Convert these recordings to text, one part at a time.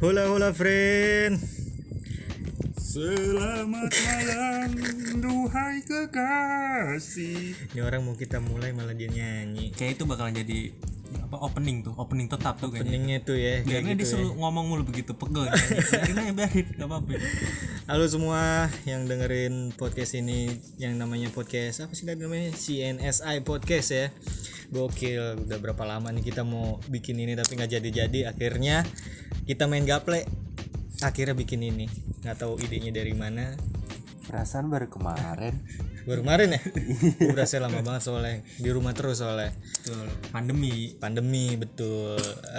Hola hola friend. Selamat malam, duhai kekasih. Ini orang mau kita mulai malah dia nyanyi. Kayak itu bakalan jadi opening tetap tuh kayaknya. Openingnya tuh ya. Biarnya gitu disuruh ngomong mulu begitu pegel. biarin gak apa-apa. Halo semua yang dengerin podcast ini, yang namanya podcast apa sih namanya, CNSI Podcast ya. Gokil, udah berapa lama nih kita mau bikin ini tapi nggak jadi. Akhirnya kita main gaple. Akhirnya bikin ini. Nggak tahu idenya dari mana. Perasaan baru kemarin. Baru kemarin ya. Berasa lama banget soalnya di rumah terus soalnya. Betul. Pandemi Betul.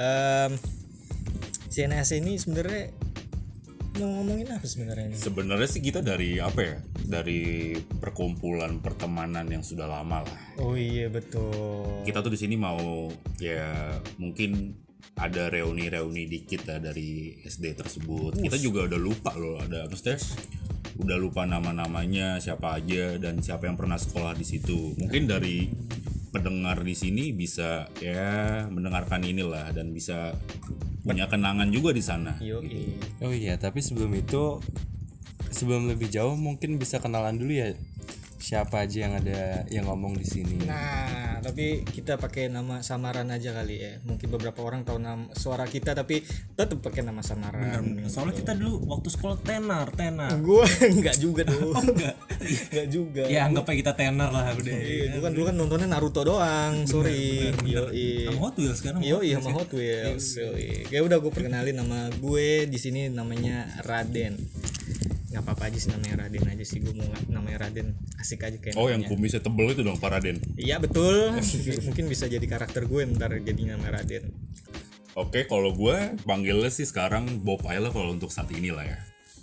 CNS ini sebenarnya mau ngomongin apa sebenarnya ini? Sebenarnya sih kita dari apa ya? Dari perkumpulan pertemanan yang sudah lama lah. Oh iya betul. Kita tuh di sini mau ya mungkin ada reuni dikit ya dari SD tersebut. Kita juga udah lupa loh, ada maksudnya udah lupa nama-namanya siapa aja dan siapa yang pernah sekolah di situ. Mungkin dari pendengar di sini bisa ya mendengarkan inilah dan bisa punya kenangan juga di sana. Yoi. Oh iya, tapi sebelum lebih jauh mungkin bisa kenalan dulu ya. Siapa aja yang ngomong di sini. Nah, tapi kita pakai nama samaran aja kali ya. Mungkin beberapa orang tahu nama suara kita tapi tetap pakai nama samaran. Soalnya kita dulu waktu sekolah tenar. Gue enggak juga tuh. Oh enggak. Enggak juga. Ya anggap aja kita tenar lah udah. Iya, gue kan nontonnya Naruto doang. Sorry. Yoi. Sama Hot Wheels sekarang. Yoi sama Hot Wheels. Yoi. Kayak udah gue perkenalin nama gue di sini namanya Raden. Nggak apa-apa aja sih namanya Raden aja sih, gue mau namanya Raden asik aja kayak Oh, namanya. yang kumisnya tebel itu dong, Pak Raden. Iya betul. Mungkin bisa jadi karakter gue ntar jadi nama Raden. Oke, kalau gue panggilnya sih sekarang Bob aja lah kalau untuk saat ini lah ya.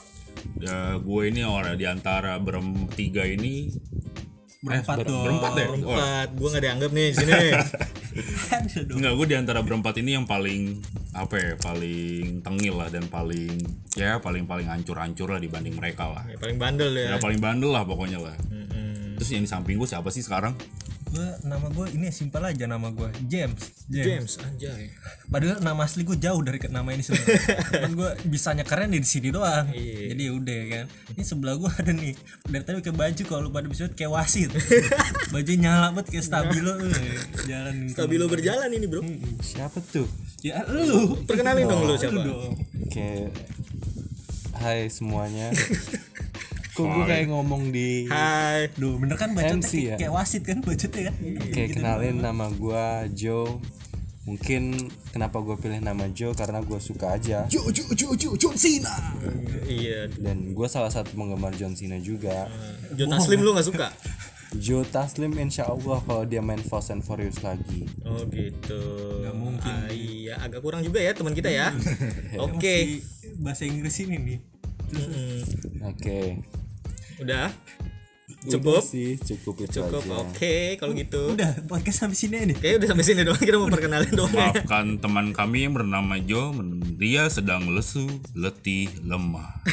Gue ini orang di antara bertiga ini Berempat dong. berempat deh. Berempat, gue nggak dianggap nih di sini. Enggak, gue di antara berempat ini yang paling apa ya, paling tengil lah dan paling hancur-hancur lah dibanding mereka lah. Ya, paling bandel ya. Ya paling bandel lah pokoknya lah. Terus yang di samping gue siapa sih sekarang? Nama gue ini simpel aja, nama gue James anjay. Padahal nama asli gue jauh dari nama ini sebenarnya. Cuman gue bisanya keren di sini doang. Iya. Jadi ya udah kan. Ini sebelah gue ada nih. Dari tadi pakai baju, kalau pada bisa kayak wasit. Baju nyala banget kayak stabilo jalan. Stabilo berjalan ini bro. Siapa tuh? Ya lu. Perkenalin dong lu siapa? Oke. Hai semuanya. Kok gue kayak ngomong di Hai. Duh, bener kan bacotnya MC ya? kayak wasit kan bacotnya kan. Oke, kenalin nama gue Joe. Mungkin kenapa gue pilih nama Joe karena gue suka aja. John Cena. Iya. Dan gue salah satu penggemar John Cena juga. John Taslim lu nggak suka? Joe Taslim insya Allah kalau dia main Fast and Furious lagi. Oh gitu. Nggak mungkin. Iya, agak kurang juga ya teman kita ya. Oke. Masih bahasa Inggris ini nih. Oke. Udah. Cukup. Udah sih, cukup itu Cukup. aja. Oke, kalau gitu. Udah podcast sampai sini nih. Kayaknya udah sampai sini doang, kita mau perkenalin doang. Maafkan teman kami yang bernama Joe, dia sedang lesu, letih, lemah.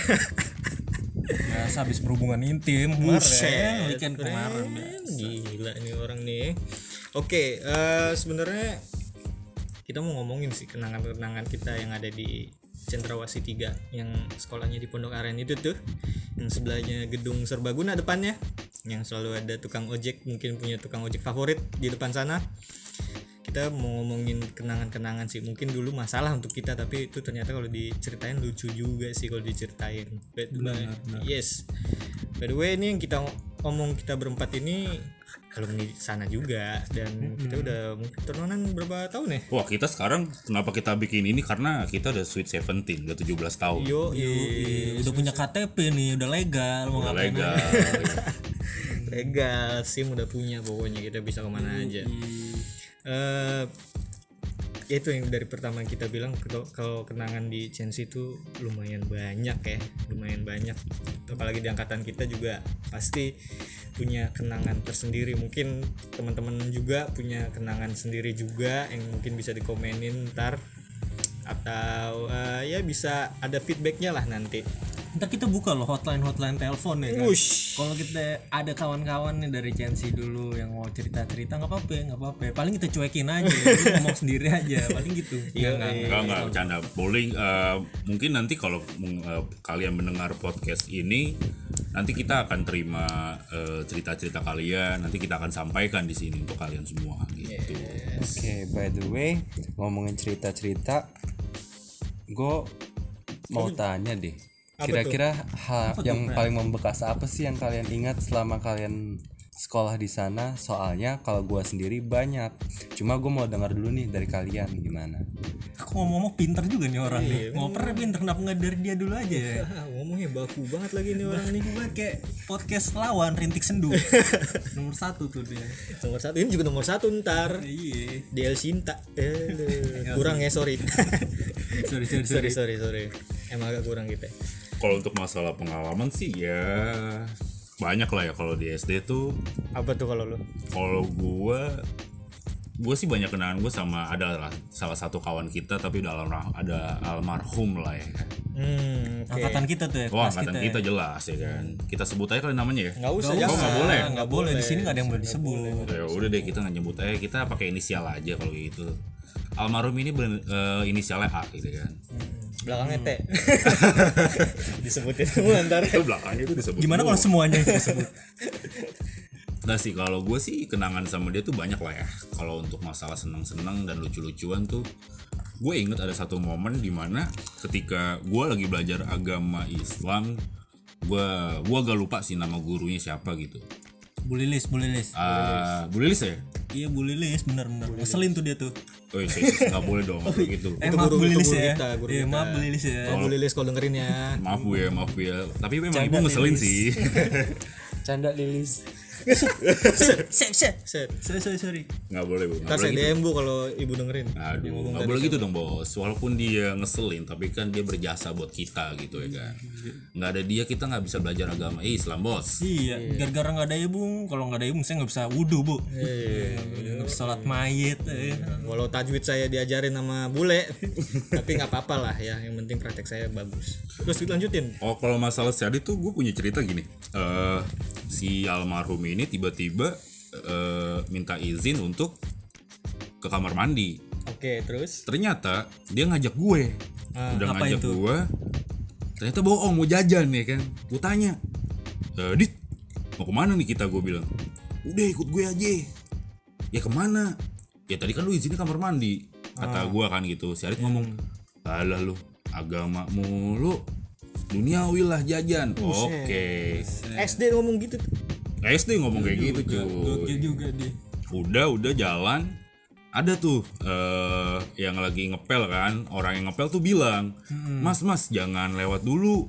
Ya, habis berhubungan intim kemarin, weekend kemarin. Gila nih orang nih. Oke, sebenarnya kita mau ngomongin sih kenangan-kenangan kita yang ada di Cendrawasih 3 yang sekolahnya di Pondok Aren itu tuh, yang sebelahnya gedung serbaguna depannya, yang selalu ada tukang ojek, mungkin punya tukang ojek favorit di depan sana. Kita mau ngomongin kenangan-kenangan sih, mungkin dulu masalah untuk kita tapi itu ternyata kalau diceritain lucu juga sih kalau diceritain. Benar. Yes. By the way, ini yang kita ngomong kita berempat ini kalau di sana juga, dan kita udah mungkin temenan berapa tahun ya? Wah, kita sekarang kenapa kita bikin ini karena kita udah sweet 17, udah 17 tahun. Yo, Udah punya KTP nih, udah legal, mau Udah ngapain legal. legal, SIM udah punya, pokoknya kita bisa kemana aja. Itu yang dari pertama kita bilang, kalau kenangan di Chensi itu lumayan banyak, apalagi di angkatan kita juga pasti punya kenangan tersendiri. Mungkin teman-teman juga punya kenangan sendiri juga yang mungkin bisa dikomenin ntar, atau ya bisa ada feedbacknya lah nanti. Ntar kita buka loh hotline telepon ya kan. Wush. Kalau kita ada kawan-kawan nih dari Chelsea dulu yang mau cerita-cerita nggak apa-apa. Paling kita cuekin aja, lu ngomong sendiri aja, paling gitu. Iya Enggak bercanda. Boleh mungkin nanti kalau kalian mendengar podcast ini nanti kita akan terima cerita-cerita kalian, nanti kita akan sampaikan di sini untuk kalian semua gitu. Oke, by the way, ngomongin cerita-cerita, gue mau tanya deh. Kira-kira hal yang paling membekas apa sih yang kalian ingat selama kalian sekolah di sana? Soalnya kalau gue sendiri banyak. Cuma gue mau dengar dulu nih dari kalian gimana. Aku ngomong pinter juga nih orang nih. Ngoper pinter, kenapa nggak dari dia dulu aja ya? Ngomongnya baku banget lagi nih orang nih. Banget kayak podcast lawan Rintik Sendu. Nomor 1 tuh dia. Nomor 1 ini juga nomor 1 ntar. Iya. DL Sinta. Kurang ya, sorry. sorry. Emang agak kurang gitu ya. Kalau untuk masalah pengalaman sih ya banyak lah ya kalau di SD tuh. Apa tuh kalau lu? Kalau gue sih banyak kenangan gue sama ada lah salah satu kawan kita tapi udah ada almarhum lah ya. Okay. Angkatan kita tuh ya. Wah, kelas angkatan kita kita jelas ya kan. Kita sebut aja kali namanya ya. Nggak usah. nggak boleh. Nggak boleh di sini nggak ada yang boleh disebut. Ya udah deh kita nggak nyebut aja, kita pakai inisial aja kalau gitu. Almarhum ini inisialnya A gitu kan. Belakangnya T. Disebutin semua ntar. Itu belakangnya itu disebut. Gimana kalau semuanya itu disebut? Nah sih kalau gue sih kenangan sama dia tuh banyak lah ya. Kalau untuk masalah senang-senang dan lucu-lucuan tuh, gue inget ada satu momen dimana ketika gue lagi belajar agama Islam, gue agak lupa sih nama gurunya siapa gitu. Bu Lilis. Bu Lilis ya? Iya Bu Lilis, benar. Ngeselin tuh dia tuh. Oh iya, nggak boleh dong gitu. Maaf Bu Lilis ya. Guru Iya kita. maaf Bu Lilis ya. Bu Lilis kalau dengerin ya. Maaf ya. Tapi memang ibu ngeselin sih. Canda Lilis. Sorry. Nggak boleh bu. Ntar saya DM bu kalau ibu dengerin. Aduh, nggak boleh gitu dong bos. Walaupun dia ngeselin, tapi kan dia berjasa buat kita gitu ya kan. Nggak ada dia kita nggak bisa belajar agama Islam bos. Iya, gara-gara nggak ada ibu. Kalau nggak ada ibu, saya nggak bisa wudu bu. Nggak bisa sholat mayit. Walau tajwid saya diajarin sama bule, tapi nggak apa-apa lah ya. Yang penting praktek saya bagus. Terus lanjutin. Oh kalau masalah Syadi tuh gue punya cerita gini. Si almarhum ini tiba-tiba minta izin untuk ke kamar mandi. Oke, terus? Ternyata dia ngajak gue. Udah ngajak itu? gue. Ternyata bohong mau jajan ya kan. Gue tanya, Dit mau kemana nih kita? Gue bilang, udah ikut gue aja. Ya kemana? Ya tadi kan lu izinnya kamar mandi. Kata gue kan gitu. Si Adit ngomong, alah lu agama mulu, duniawi lah jajan. Oke. SD ngomong gitu tuh. SD ngomong kayak gitu cuy. Gokil juga dia. Udah jalan. Ada tuh yang lagi ngepel kan. Orang yang ngepel tuh bilang, Mas jangan lewat dulu.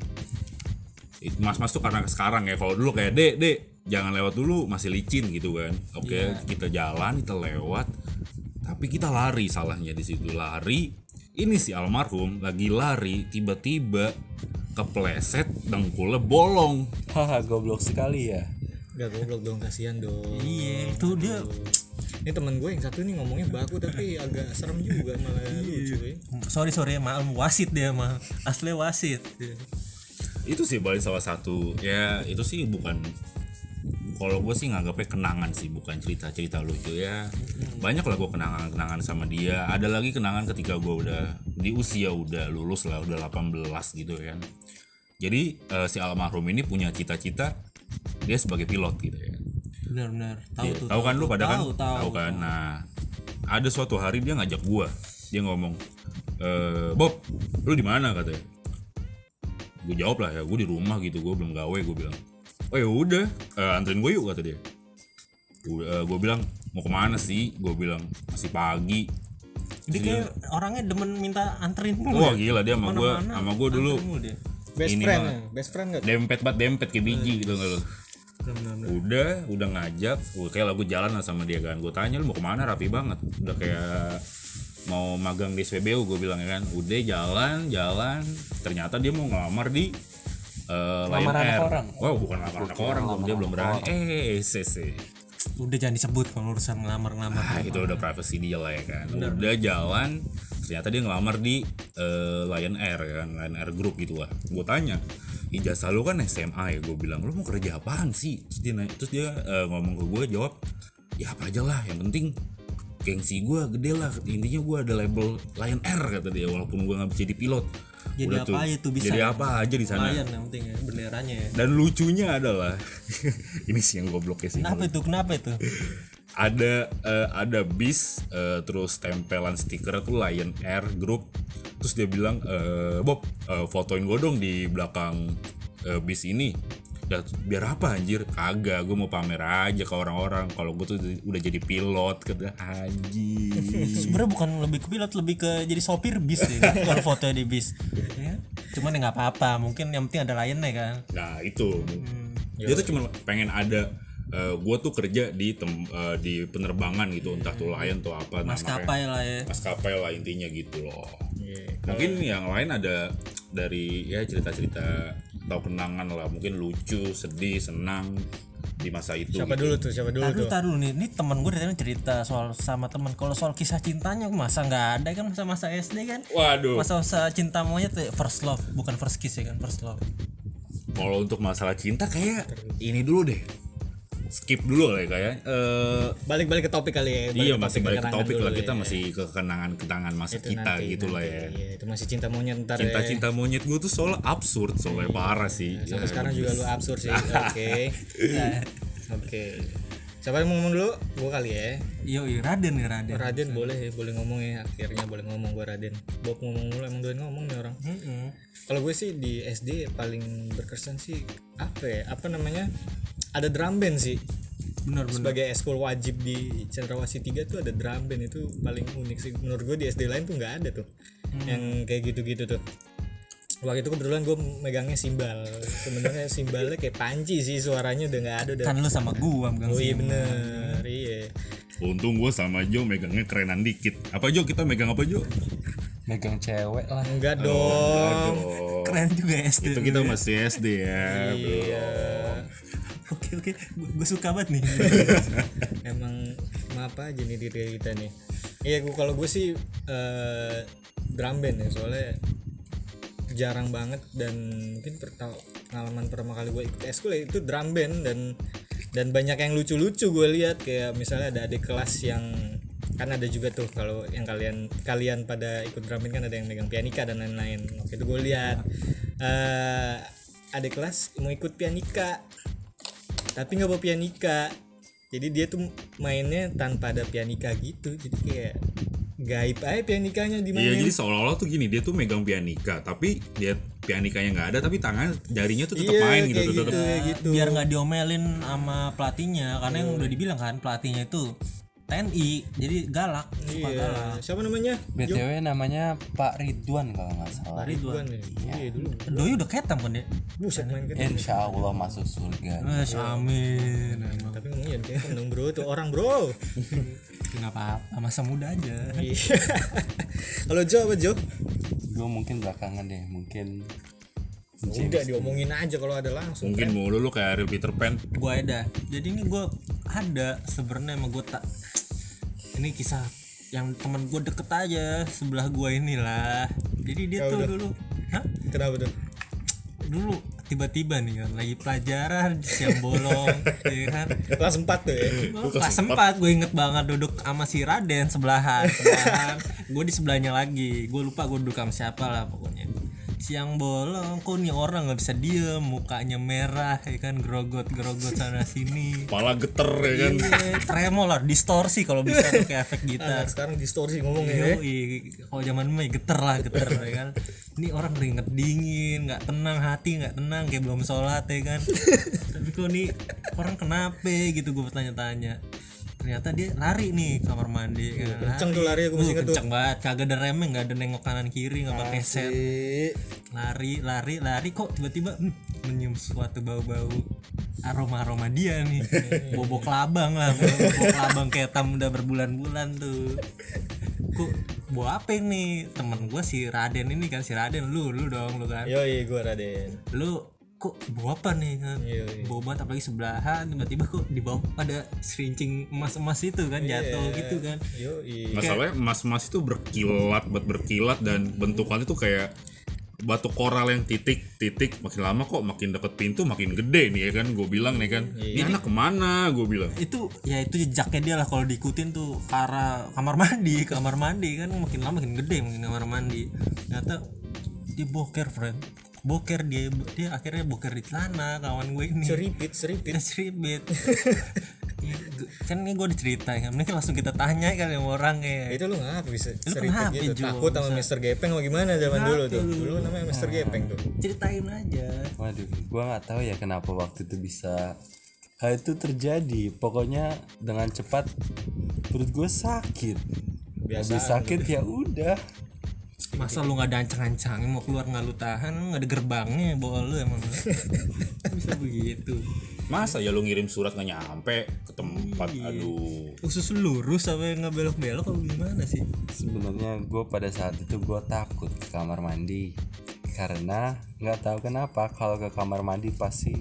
Mas tuh karena sekarang ya. Kalau dulu kayak dek jangan lewat dulu, masih licin gitu kan. Oke, kita jalan, kita lewat. Tapi kita lari, salahnya di situ lari. Ini si almarhum lagi lari, tiba-tiba kepleset, dengkulnya bolong. Haha, goblok sekali ya. Gak goblok dong, kasihan dong. Iya, itu dia. Ini teman gue yang satu nih ngomongnya baku tapi agak serem juga malah lucu ya. Sorry maaf, wasit dia mah. Asli wasit. Itu sih paling salah satu. Ya itu sih bukan, kalau gue sih nganggapnya kenangan sih, bukan cerita-cerita lucu ya. Banyak lah gue kenangan sama dia. Ada lagi kenangan ketika gue udah di usia udah lulus lah, udah 18 gitu kan. Jadi si almarhum ini punya cita-cita dia sebagai pilot gitu ya. Benar. Tahu kan lu pada kan? Tahu Kan. Nah, ada suatu hari dia ngajak gue. Dia ngomong, Bob, lu di mana katanya? Gue jawab lah ya, gue di rumah gitu, gue belum gawe. Gue bilang, oh ya udah, anterin gue yuk kata dia. Gue bilang mau kemana sih? Gue bilang masih pagi. Dia kayak orangnya demen minta anterin mulu. Wah gila dia sama gue dulu. Best friend gak? Dempet kayak biji gitu nggak lo? Udah ngajak, kayak lagu jalan lah sama dia kan. Gue tanya lu mau kemana, rapi banget. Udah kayak mau magang di SPBU, gue bilang ya kan. Udah jalan. Ternyata dia mau ngelamar di Lion Air. Wow bukan ngelamar orang, dia belum berani. Sese. Udah jangan disebut kalau urusan ngelamar. Itu udah privacy dia lah ya kan. Udah jalan, ternyata dia ngelamar di Lion Air kan, Lion Air Group gitu lah. Gue tanya, ijazah lu kan SMA ya. Gue bilang lu mau kerja apaan sih? Terus dia ngomong ke gue, jawab ya apa aja lah, yang penting gengsi gue gede lah, intinya gue ada label Lion Air kata dia, walaupun gue nggak bisa jadi pilot. Jadi Udah apa aja tuh bisa. Jadi ya? apa aja di sana. Lion yang penting ya, benderanya ya. Dan lucunya adalah ini sih yang gobloknya sih. Kenapa itu? Ada bis, terus tempelan stiker tuh Lion Air Group. Terus dia bilang, Bob, fotoin gue dong di belakang bis ini. Biar apa anjir? Kagak, gue mau pamer aja ke orang-orang kalau gue tuh udah jadi pilot. Kata anjir. Sebenarnya bukan lebih ke pilot, lebih ke jadi sopir bis ya. Kalau fotonya di bis ya. Cuman ya nggak apa-apa, mungkin yang penting ada Lionnya kan. Nah itu dia tuh cuma pengen ada gue tuh kerja di penerbangan gitu, entah tuh Lion atau apa, Maskapai lah ya. maskapai lah intinya gitu loh. Mungkin yang lain ada dari ya cerita-cerita atau kenangan lah, mungkin lucu, sedih, senang di masa itu. Siapa dulu tuh? Taruh dulu nih, ini temen gue dari cerita soal sama temen. Kalau soal kisah cintanya masa nggak ada kan, masa-masa SD kan. Waduh. Masa-masa cinta monyet first love, bukan first kiss ya kan, first love. Kalau untuk masalah cinta kayak ini dulu deh. Skip dulu lah ya kayak. Balik ke topik kali ya. Iya, masih balik ke kenangan topik dulu lah, kita ya. masih ke kenangan masa Itu kita nanti, gitu lah ya. Iya, itu masih cinta monyet ntar ya. Cinta monyet gue tuh soalnya absurd, soalnya parah sih. Sampai sekarang juga lu absurd sih. Oke. Oke. Siapa yang mau ngomong dulu? Gue kali ya. Iya, Raden. Raden boleh ngomong ya. Akhirnya boleh ngomong gue Raden. Bob ngomong mulu, emang doain ngomong nih orang. Kalau gue sih di SD paling berkesan sih apa namanya? Ada drum band sih. Bener. Sebagai eskul wajib di Cendrawasih 3 tuh ada drum band, itu paling unik sih menurut gue. Di SD lain tuh nggak ada tuh yang kayak gitu-gitu tuh. Waktu itu kebetulan gue megangnya simbal. Sebenarnya simbalnya kayak panci sih, suaranya udah nggak ada udah. Kan lu sama gua megang Oh iya simbal. bener, iya. Untung gue sama Jo megangnya kerenan dikit. Apa Jo, kita megang apa Jo? Megang cewek lah. Enggak dong. Aduh. Keren juga SD. Itu kita masih SD ya. Iya. Oke, gue suka banget nih. Emang maaf aja nih diri kita nih. Iya, kalau gue sih drum band ya, soalnya jarang banget, dan mungkin pengalaman pertama kali gue ikut eskul itu drum band, dan banyak yang lucu-lucu gue lihat. Kayak misalnya ada adik kelas yang kan ada juga tuh, kalau yang kalian pada ikut drum band kan ada yang megang pianika dan lain-lain. Waktu itu gue lihat adik kelas mau ikut pianika tapi nggak bawa pianika, jadi dia tuh mainnya tanpa ada pianika gitu, jadi kayak gaib aja pianikanya di mana. Iya, jadi seolah-olah tuh gini, dia tuh megang pianika tapi dia pianikanya nggak ada, tapi tangan jarinya tuh tetap main gitu, tetap. gitu. Biar nggak diomelin sama pelatihnya, karena yang udah dibilang kan pelatihnya itu TNI, jadi galak, suka galak. Siapa namanya? BTW namanya Pak Ridwan kalau nggak salah. Ridwan ya. Iya dulu. Doi udah ketam kan ya? Buset main kan. Insya Allah masuk surga. Amin. Emang. Tapi ngomongnya kayak dong bro, tuh orang bro. Nggak apa-apa, masa muda aja. Iya. Kalau Jo apa Jo? Gue mungkin belakangan deh, mungkin Udah diomongin aja kalau ada langsung. Mungkin mau lu kayak Ariel Peter Pan. Gue ada. Jadi ini gue ada sebenarnya, sama gue tak. Ini kisah yang teman gue deket aja sebelah gue inilah. Jadi dia tuh dulu, Kenapa tuh? dulu tiba-tiba nih kan lagi pelajaran siang bolong, ya kan. Kelas 4 tuh ya. Kelas 4 gue inget banget duduk sama si Raden sebelahan. Gue di sebelahnya lagi. Gue lupa gue duduk sama siapa lah pokoknya. Siang bolong, kok nih orang nggak bisa diem, mukanya merah, ya kan, grogot sana sini. Kepala geter ya kan. Iya, tremor lah, distorsi kalau bisa pakai efek gitar. Sekarang distorsi ngomongnya ya. Kalau zaman dulu geter ya kan. Ini orang keringet dingin, nggak tenang hati, nggak tenang kayak belum sholat ya kan. Tapi kok nih orang kenapa gitu, gue bertanya-tanya. Ternyata dia lari nih kamar mandi kan. Kenceng tuh lari, aku masih inget tuh. Kenceng banget, kagak ada remnya, nggak ada nengok kanan kiri, nggak pakai set. Lari kok tiba-tiba menyium suatu bau-bau aroma dia nih. Bobok labang lah, bobok labang kayak tam udah berbulan-bulan tuh. Kok bau apa ini? Temen gue si Raden ini kan, si Raden lu dong lu kan. Yoi, gue Raden. Lu kok bau apa nih kan? Iya. Bau banget, apalagi sebelahan, tiba-tiba kok di bawah ada serincing emas-emas itu kan, jatuh gitu kan. Yoi. Masalahnya emas-emas itu berkilat dan bentukannya tuh kayak batu koral yang titik makin lama kok makin deket pintu makin gede nih ya kan, gue bilang nih kan, ini anak kemana, gue bilang. Itu jejaknya dia lah kalau diikutin tuh ke arah kamar mandi kan, makin lama makin gede makin kamar mandi. Ternyata dia boker dia akhirnya boker di celana kawan gue ini. Seripit. Kan ini gue diceritain, mending langsung kita tanya kali sama orangnya. Itu lu ngapa bisa Lu seripit kenapa, gitu? Jo? Takut sama Mr. Gepeng apa gimana zaman dulu tuh? Dulu namanya Mr. Gepeng tuh. Ceritain aja. Waduh, gua nggak tahu ya kenapa waktu itu bisa hal itu terjadi. Pokoknya dengan cepat perut gue sakit. Habis sakit ya udah. Masa lu nggak ada ancang-ancangnya mau keluar nggak lu tahan, nggak ada gerbangnya bawa lu emang. Bisa begitu. Masa ya lu ngirim surat gak nyampe ke tempat, aduh. Usus lurus sampai nggak belok-belok apa gimana sih? Sebenarnya gue pada saat itu gue takut ke kamar mandi karena nggak tahu kenapa kalau ke kamar mandi pasti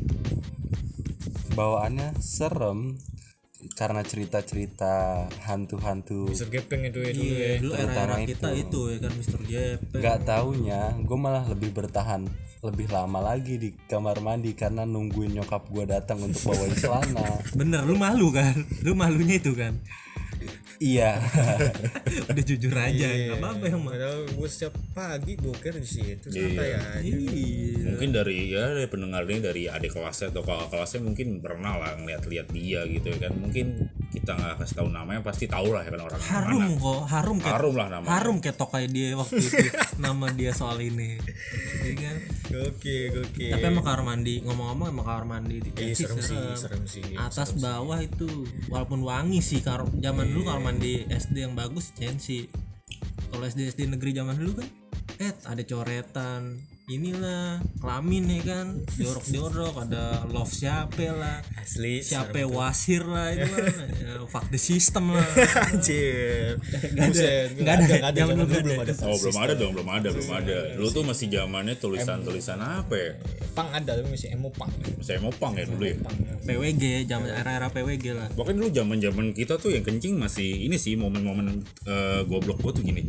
bawaannya serem karena cerita-cerita hantu-hantu. Mr. Gepeng itu ya dulu ya. Dulu terutama era kita itu ya kan Mr. Gepeng. Nggak taunya gue malah lebih bertahan lebih lama lagi di kamar mandi karena nungguin nyokap gue datang untuk bawain celana. Bener, lu malu kan? Lu malunya itu kan? Iya. Udah jujur aja, nggak apa-apa yang Padahal gue setiap pagi boker di situ santai aja. Mungkin dari pendengar ini dari adik kelasnya atau kakak kelasnya mungkin pernah lah ngeliat-liat dia gitu ya kan. Mungkin kita nggak kasih tahu namanya pasti tahu lah ya kan orang harum mana. kok, Harum lah namanya. harum kayak tokai dia waktu itu nama dia soal ini. Iya kan? Oke. Tapi emang kamar mandi, ngomong-ngomong emang kamar mandi di Kensi Serem sih. atas bawah itu walaupun wangi sih zaman dulu kamar mandi SD yang bagus Kensi. Kalau SD negeri zaman dulu kan ada coretan inilah kelamin ya kan, jorok ada love siapa lah, Asli. siapa wasir lah itu kan, fuck the system lah. Anjir. Nggak ada. Zaman dulu belum ada. Oh belum ada. Dulu tuh masih zamannya tulisan apa ya? Pang ada tapi masih emo pang. Saya mau pang ya dulu ya. PWG zaman era PWG lah. Bahkan dulu zaman kita tuh yang kencing masih ini sih momen-momen goblok gue tuh gini.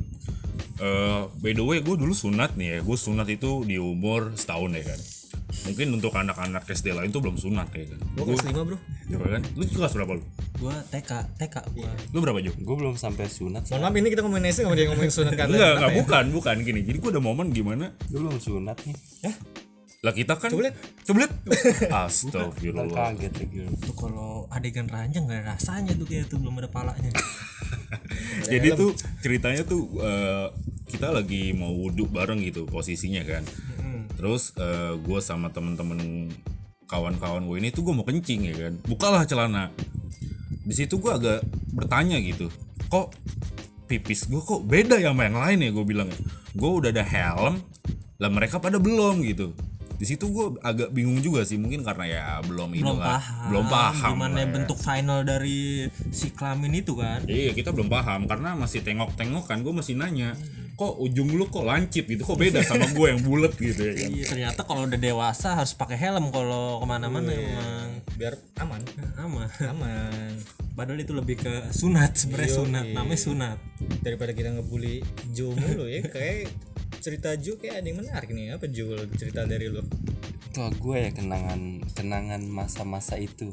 By the way gue dulu sunat nih ya. Gue sunat itu di umur setahun ya kan. Mungkin untuk anak-anak SD lain tuh belum sunat ya kan. Gue kelas 5 bro. Ya kan? Lu kelas berapa lu? Gua TK gua. Lu berapa Jo? Gue belum sampai sunat. Mohon maaf ini kita ngomongin SD nggak mau dia ngomongin sunat kata. Enggak bukan gini. Jadi gue ada momen gimana? Gue belum sunat nih. Lah kita kan Coba lihat. Astagfirullah. Kaget lagi. Tuh kalau adegan ranjang nggak ada rasanya tuh kayak tuh belum ada palanya. Jadi tuh ceritanya tuh kita lagi mau wudhu bareng gitu posisinya kan. Terus gue sama temen-temen kawan-kawan gue ini tuh gue mau kencing ya kan. Bukalah celana. Di situ gue agak bertanya gitu. Kok pipis gue kok beda ya sama yang lain ya, gue bilang. Gue udah ada helm, lah mereka pada belum gitu. Di situ gue agak bingung juga sih, mungkin karena ya belum paham gimana lah ya. bentuk final dari si kelamin itu kan. Iya kita belum paham karena masih tengok-tengok kan. Gue masih nanya, kok ujung lu kok lancip gitu, kok beda sama gue yang bulat gitu ya kan. Iya, ternyata kalau udah dewasa harus pakai helm kalau kemana-mana emang Biar aman. aman. Padahal itu lebih ke sunat sebenarnya, sunat namanya sunat. Daripada kita ngebully Jo mulu ya, kayak cerita Jo kayak ada yang menarik nih. Apa Jo cerita dari lu? Itu gue ya kenangan masa-masa itu.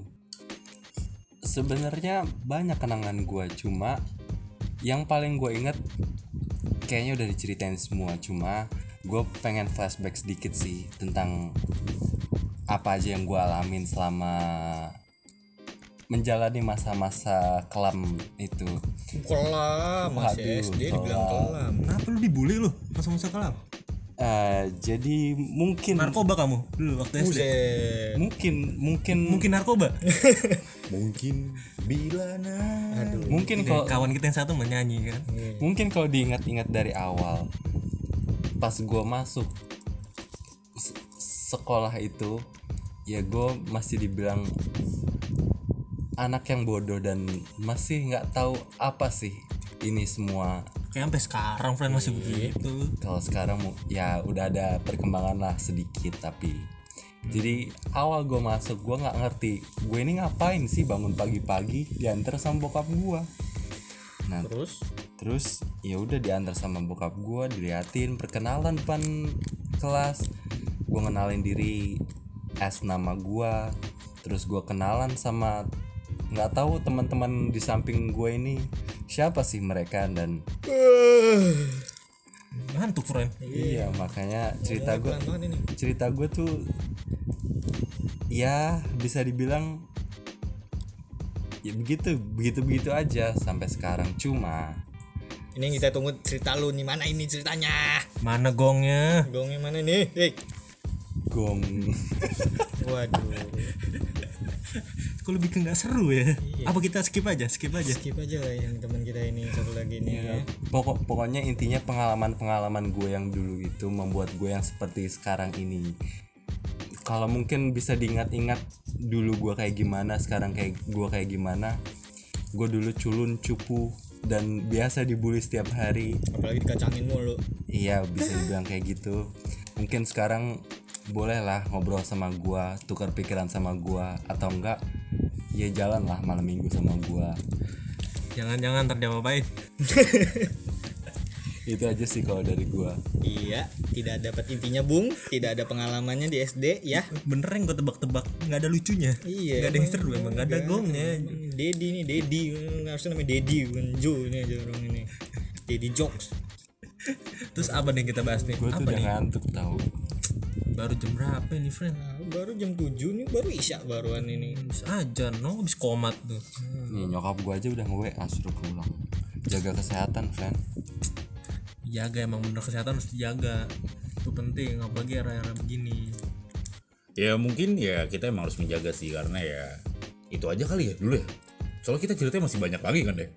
Sebenarnya banyak kenangan gue, cuma yang paling gue inget kayaknya udah diceritain semua. Cuma gue pengen flashback sedikit sih tentang apa aja yang gue alamin selama menjalani masa-masa kelam itu. Kelam masih Waduh, SD dibilang kelam. Kenapa lu dibully lu masa-masa kelam? Jadi mungkin Narkoba kamu dulu waktu SD? Buset. mungkin Narkoba? Mungkin bila mungkin kalau Kawan kita yang satu menyanyi kan. mungkin kalau diingat-ingat dari awal pas gue masuk sekolah itu, ya gue masih dibilang anak yang bodoh dan masih nggak tahu apa sih ini semua. Kayak sampai sekarang friend masih begitu. Kalau sekarang ya udah ada perkembangan lah sedikit, tapi jadi awal gue masuk gue nggak ngerti gue ini ngapain sih bangun pagi-pagi diantar sama bokap gue. Nah terus ya udah diantar sama bokap gue, diliatin perkenalan depan kelas, gue ngenalin diri as nama gue, terus gue kenalan sama nggak tahu teman-teman di samping gue ini siapa sih mereka, dan ngantuk friend. iya makanya cerita gue tuh ya bisa dibilang ya begitu aja sampai sekarang. Cuma ini yang kita tunggu cerita lu nih, mana ini ceritanya? Mana gongnya? Gongnya mana nih? Hei. gong Waduh. Kok lebih ke nggak seru ya? Iya. Apa kita skip aja? Skip aja lah yang teman kita ini satu lagi nih. Ya. pokoknya intinya pengalaman gue yang dulu itu membuat gue yang seperti sekarang ini. Kalau mungkin bisa diingat-ingat dulu gue kayak gimana, sekarang gue kayak gimana. Gue dulu culun, cupu, dan biasa dibully setiap hari. Apalagi dikacangin mulu. Iya, bisa dibilang kayak gitu. Mungkin sekarang bolehlah ngobrol sama gue, tukar pikiran sama gue, atau enggak ya jalan lah malam minggu sama gue. Jangan-jangan ntar dia apain? Itu aja sih kalau dari gue. Iya, tidak dapat intinya Bung, tidak ada pengalamannya di SD ya. Bener yang gue tebak-tebak, nggak ada lucunya. Iya. Nggak ada yang seru, emang nggak ada gongnya. Dedi harusnya namanya Dedi bukan Joe ini aja orang ini. Dedi Jokes. Terus apa nih kita bahas nih? Gue tuh Apa udah nih? ngantuk tahu. Baru jam berapa nih friend? Nah, baru jam 7 nih, baru isya baruan ini. Habis aja, habis komat tuh. Nih nyokap gue aja udah nge-WA suruh pulang. Jaga kesehatan, friend. Jaga, emang bener kesehatan harus dijaga. Itu penting, apalagi era-era begini. Ya mungkin ya kita emang harus menjaga sih, karena ya itu aja kali ya dulu ya. Soalnya kita ceritanya masih banyak lagi kan deh.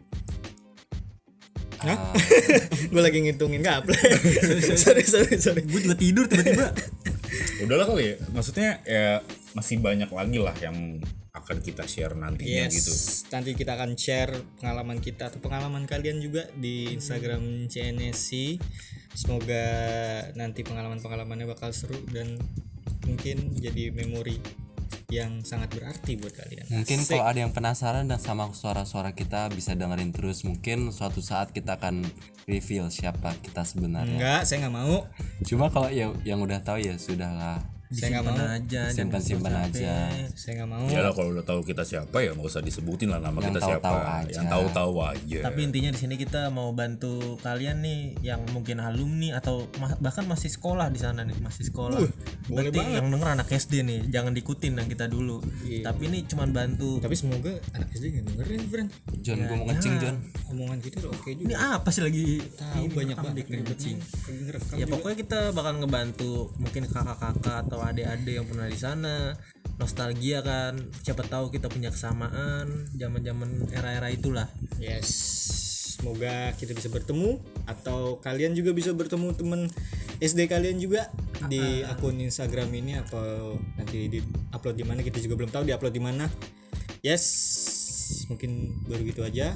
Gue lagi ngitungin gaple. sorry. Gue juga tidur tiba-tiba. Udahlah kali ya. Maksudnya ya masih banyak lagi lah yang akan kita share nantinya Yes, gitu. nanti kita akan share pengalaman kita atau pengalaman kalian juga di Instagram CNSC. Semoga nanti pengalaman-pengalamannya bakal seru dan mungkin jadi memori yang sangat berarti buat kalian. Mungkin Asik. kalau ada yang penasaran dan sama suara-suara kita bisa dengerin terus. Mungkin suatu saat kita akan reveal siapa kita sebenarnya. Enggak, saya nggak mau. Cuma kalau yang udah tahu ya sudahlah. Saya nggak mau. aja, Simpan-simpan aja. Saya nggak mau. Ya lah, kalau udah tahu kita siapa ya nggak usah disebutin lah nama Yang kita siapa. tahu-tahu aja. Yang tahu-tahu aja. Tapi intinya di sini kita mau bantu kalian nih yang mungkin alumni atau bahkan masih sekolah di sana nih, masih sekolah. boleh Berarti banget. yang denger anak SD nih, jangan diikutin yang kita dulu. Iya. Tapi ini cuman bantu. Tapi semoga anak SD nggak dengerin, friend. John, gue mau ngecing John. Omongan kita udah oke Ini juga. apa sih lagi? Tahu banyak banget nih kucing. Ngerekam Ya juga. pokoknya kita bakal ngebantu mungkin kakak-kakak atau adik-adik yang pernah di sana, nostalgia kan, siapa tahu kita punya kesamaan zaman-zaman era-era itulah. Yes, semoga kita bisa bertemu atau kalian juga bisa bertemu temen SD kalian juga di akun Instagram ini, atau nanti di upload di mana kita juga belum tahu di upload di mana. Yes, mungkin baru gitu aja.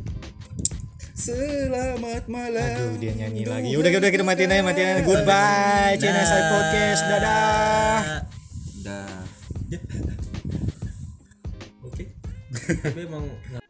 Selamat malam. Aduh, dia nyanyi lagi. Udah kita matiin aja. Goodbye, CNSI Podcast. Dadah. Dah. Oke. Tapi emang